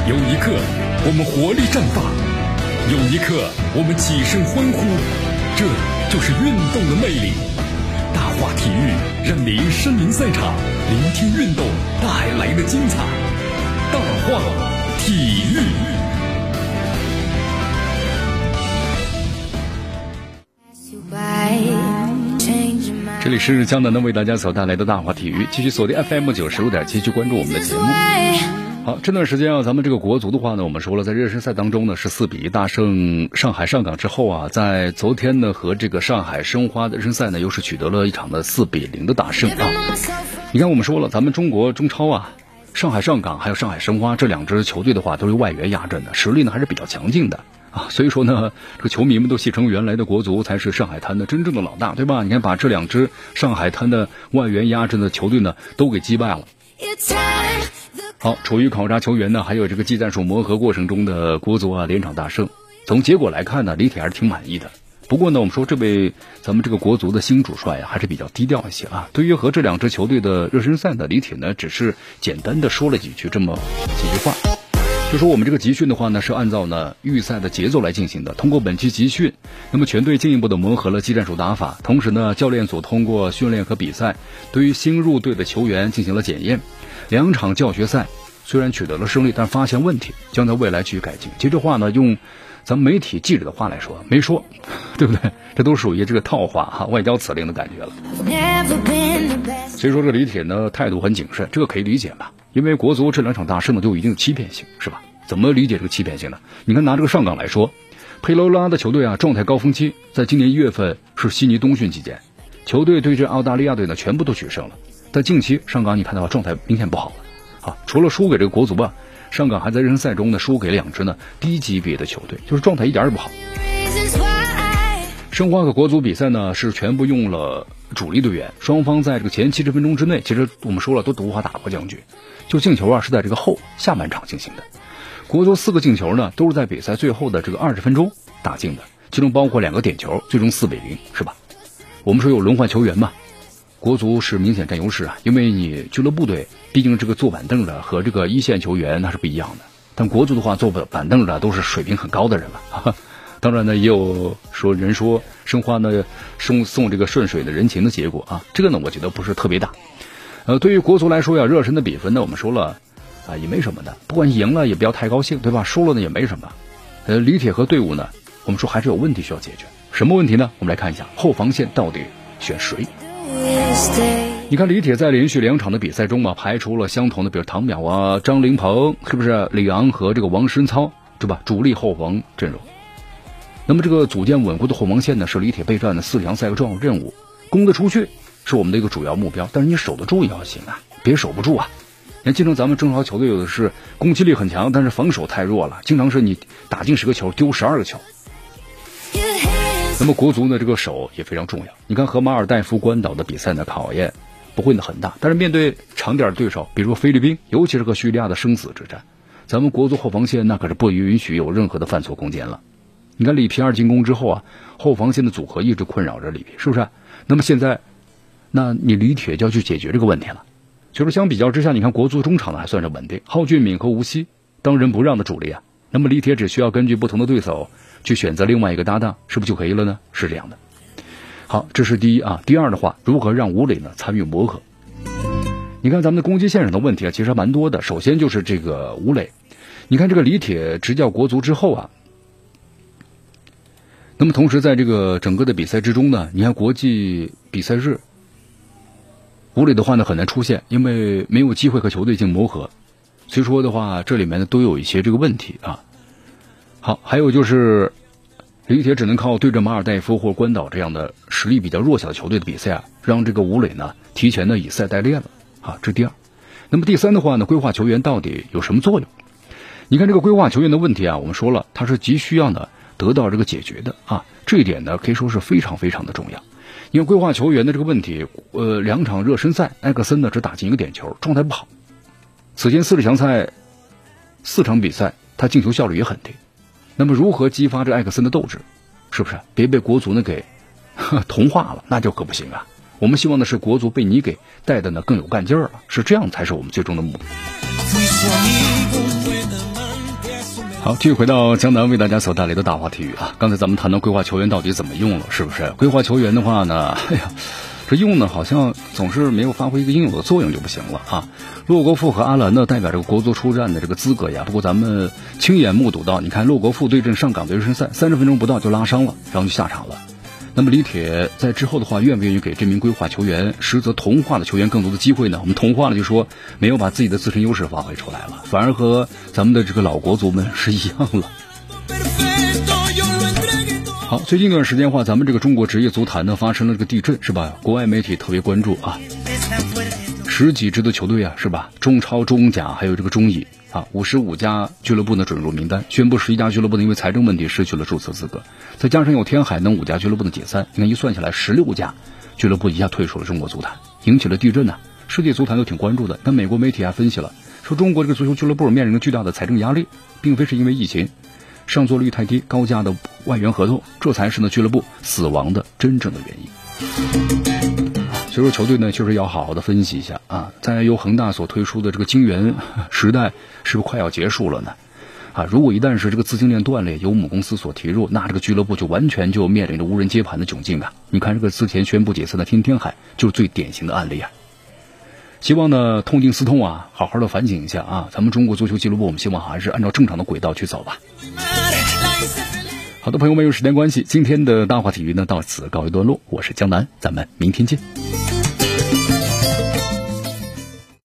有一刻我们活力绽放，有一刻我们起身欢呼，这就是运动的魅力。大话体育让您身临赛场，聆听运动带来的精彩。大话体育。这里是江南为大家所带来的大话体育，继续锁定 FM95.7，继续关注我们的节目。好，这段时间啊，咱们这个国足的话呢，我们说了，在热身赛当中呢是4比1大胜上海上港之后啊，在昨天呢和这个上海申花的热身赛呢，又是取得了一场的4比0的大胜啊。你看我们说了，咱们中国中超啊，上海上港还有上海申花这两支球队的话，都是外援压阵的，实力呢还是比较强劲的啊。所以说呢，这个球迷们都戏称原来的国足才是上海滩的真正的老大，对吧？你看把这两支上海滩的外援压阵的球队呢，都给击败了。好，处于考察球员呢，还有这个技战术磨合过程中的国足啊，连场大胜。从结果来看呢，李铁还是挺满意的。不过呢，我们说这位咱们这个国足的新主帅啊，还是比较低调一些啊。对于和这两支球队的热身赛呢，李铁呢只是简单的说了几句话，就说我们这个集训的话呢，是按照呢预赛的节奏来进行的。通过本期集训，那么全队进一步的磨合了技战术打法，同时呢，教练组通过训练和比赛，对于新入队的球员进行了检验。2场教学赛虽然取得了胜利，但发现问题，将在未来去改进。其实这话呢，用咱们媒体记者的话来说，没说，对不对？这都属于这个套话哈，外交辞令的感觉了。所以说这个李铁呢态度很谨慎，这个可以理解吧？因为国足这2场大胜呢就有一定的欺骗性，是吧？怎么理解这个欺骗性呢？你看拿这个上港来说，佩罗拉的球队啊状态高峰期，在今年1月份是悉尼冬训期间，球队对阵澳大利亚队呢全部都取胜了。但近期上港你看到状态明显不好了啊，除了输给这个国足吧，上港还在热身赛中呢输给2支呢低级别的球队，就是状态一点也不好。申花和国足比赛呢是全部用了主力队员，双方在这个前70分钟之内，其实我们说了都无法打破僵局，就进球啊是在这个下半场进行的。国足4个进球呢都是在比赛最后的这个20分钟打进的，其中包括2个点球，最终4比0，是吧？我们说有轮换球员嘛，国足是明显占优势啊，因为你俱乐部队毕竟这个坐板凳的和这个一线球员那是不一样的，但国足的话坐板凳的都是水平很高的人了。当然呢，也有人说申花呢送这个顺水的人情的结果啊，这个呢我觉得不是特别大。对于国足来说呀，热身的比分呢我们说了啊也没什么的，不管赢了也不要太高兴，对吧？输了呢也没什么。李铁和队伍呢，我们说还是有问题需要解决。什么问题呢？我们来看一下后防线到底选谁。你看李铁在连续2场的比赛中嘛，排除了相同的，比如唐淼啊、张琳芃，是不是李昂和这个王申操，对吧？主力后防阵容。那么这个组建稳固的后防线呢，是李铁备战的4强赛的重要任务。攻得出去是我们的一个主要目标，但是你守得住也要行啊，别守不住啊。你看，经常咱们中超球队有的是攻击力很强，但是防守太弱了，经常是你打进10个球丢12个球。那么国足呢，这个守也非常重要。你看和马尔代夫、关岛的比赛呢，考验不会很大，但是面对强点对手，比如说菲律宾，尤其是和叙利亚的生死之战，咱们国足后防线那可是不允许有任何的犯错空间了。你看里皮2进攻之后啊，后防线的组合一直困扰着里皮，是不是？那么现在，那你李铁就要去解决这个问题了。所以说相比较之下，你看国足中场呢还算是稳定，蒿俊闵和吴曦当仁不让的主力啊。那么李铁只需要根据不同的对手去选择另外一个搭档，是不是就可以了呢？是这样的。好，这是第一啊。第二的话，如何让吴磊呢参与磨合？你看咱们的攻击线上的问题啊，其实还蛮多的。首先就是这个吴磊，你看这个李铁执教国足之后啊，那么同时在这个整个的比赛之中呢，你看国际比赛日，吴磊的话呢很难出现，因为没有机会和球队进行磨合，所以说的话这里面呢都有一些这个问题啊。好，还有就是李铁只能靠对阵马尔代夫或关岛这样的实力比较弱小的球队的比赛啊，让这个吴磊呢提前呢以赛代练了啊，这是第二。那么第三的话呢，规划球员到底有什么作用？你看这个规划球员的问题啊，我们说了，它是急需要呢得到这个解决的啊，这一点呢可以说是非常非常的重要。因为规划球员的这个问题，2场热身赛，埃克森呢只打进1个点球，状态不好。此前4强赛4场比赛，他进球效率也很低。那么如何激发这埃克森的斗志？是不是别被国足呢给同化了？那就可不行啊！我们希望的是国足被你给带的呢更有干劲儿了，是这样才是我们最终的目的。 好，继续回到江南为大家所带来的大话体育啊。刚才咱们谈到规划球员到底怎么用了，是不是？规划球员的话呢，这用呢好像总是没有发挥一个应有的作用就不行了啊。洛国富和阿兰呢代表这个国足出战的这个资格呀，不过咱们亲眼目睹到，你看洛国富对阵上港的热身赛，30分钟不到就拉伤了，然后就下场了。那么李铁在之后的话，愿不愿意给这名规划球员，实则同化的球员更多的机会呢？我们同化了就说没有把自己的自身优势发挥出来了，反而和咱们的这个老国足们是一样了。好，最近一段时间的话，咱们这个中国职业足坛呢发生了这个地震，是吧？国外媒体特别关注啊，10几支的球队啊，是吧？中超、中甲还有这个中乙啊，55家俱乐部呢准入名单，宣布11家俱乐部呢因为财政问题失去了注册资格，再加上有天海等5家俱乐部的解散，你看一算起来16家俱乐部一下退出了中国足坛，引起了地震呢。世界足坛都挺关注的。那美国媒体还分析了，说中国这个足球俱乐部面临着巨大的财政压力，并非是因为疫情，上座率太低、高价的外援合同，这才是呢俱乐部死亡的真正的原因。所以说球队呢确实要好好的分析一下啊，在由恒大所推出的这个金元时代是不是快要结束了呢？啊，如果一旦是这个资金链断裂，由母公司所提入，那这个俱乐部就完全就面临着无人接盘的窘境啊！你看这个之前宣布解散的天海就是最典型的案例啊。希望呢痛定思痛啊，好好的反省一下啊，咱们中国足球俱乐部，我们希望还是按照正常的轨道去走吧。好的，朋友们，由于时间关系，今天的大话体育呢到此告一段落，我是江南，咱们明天见。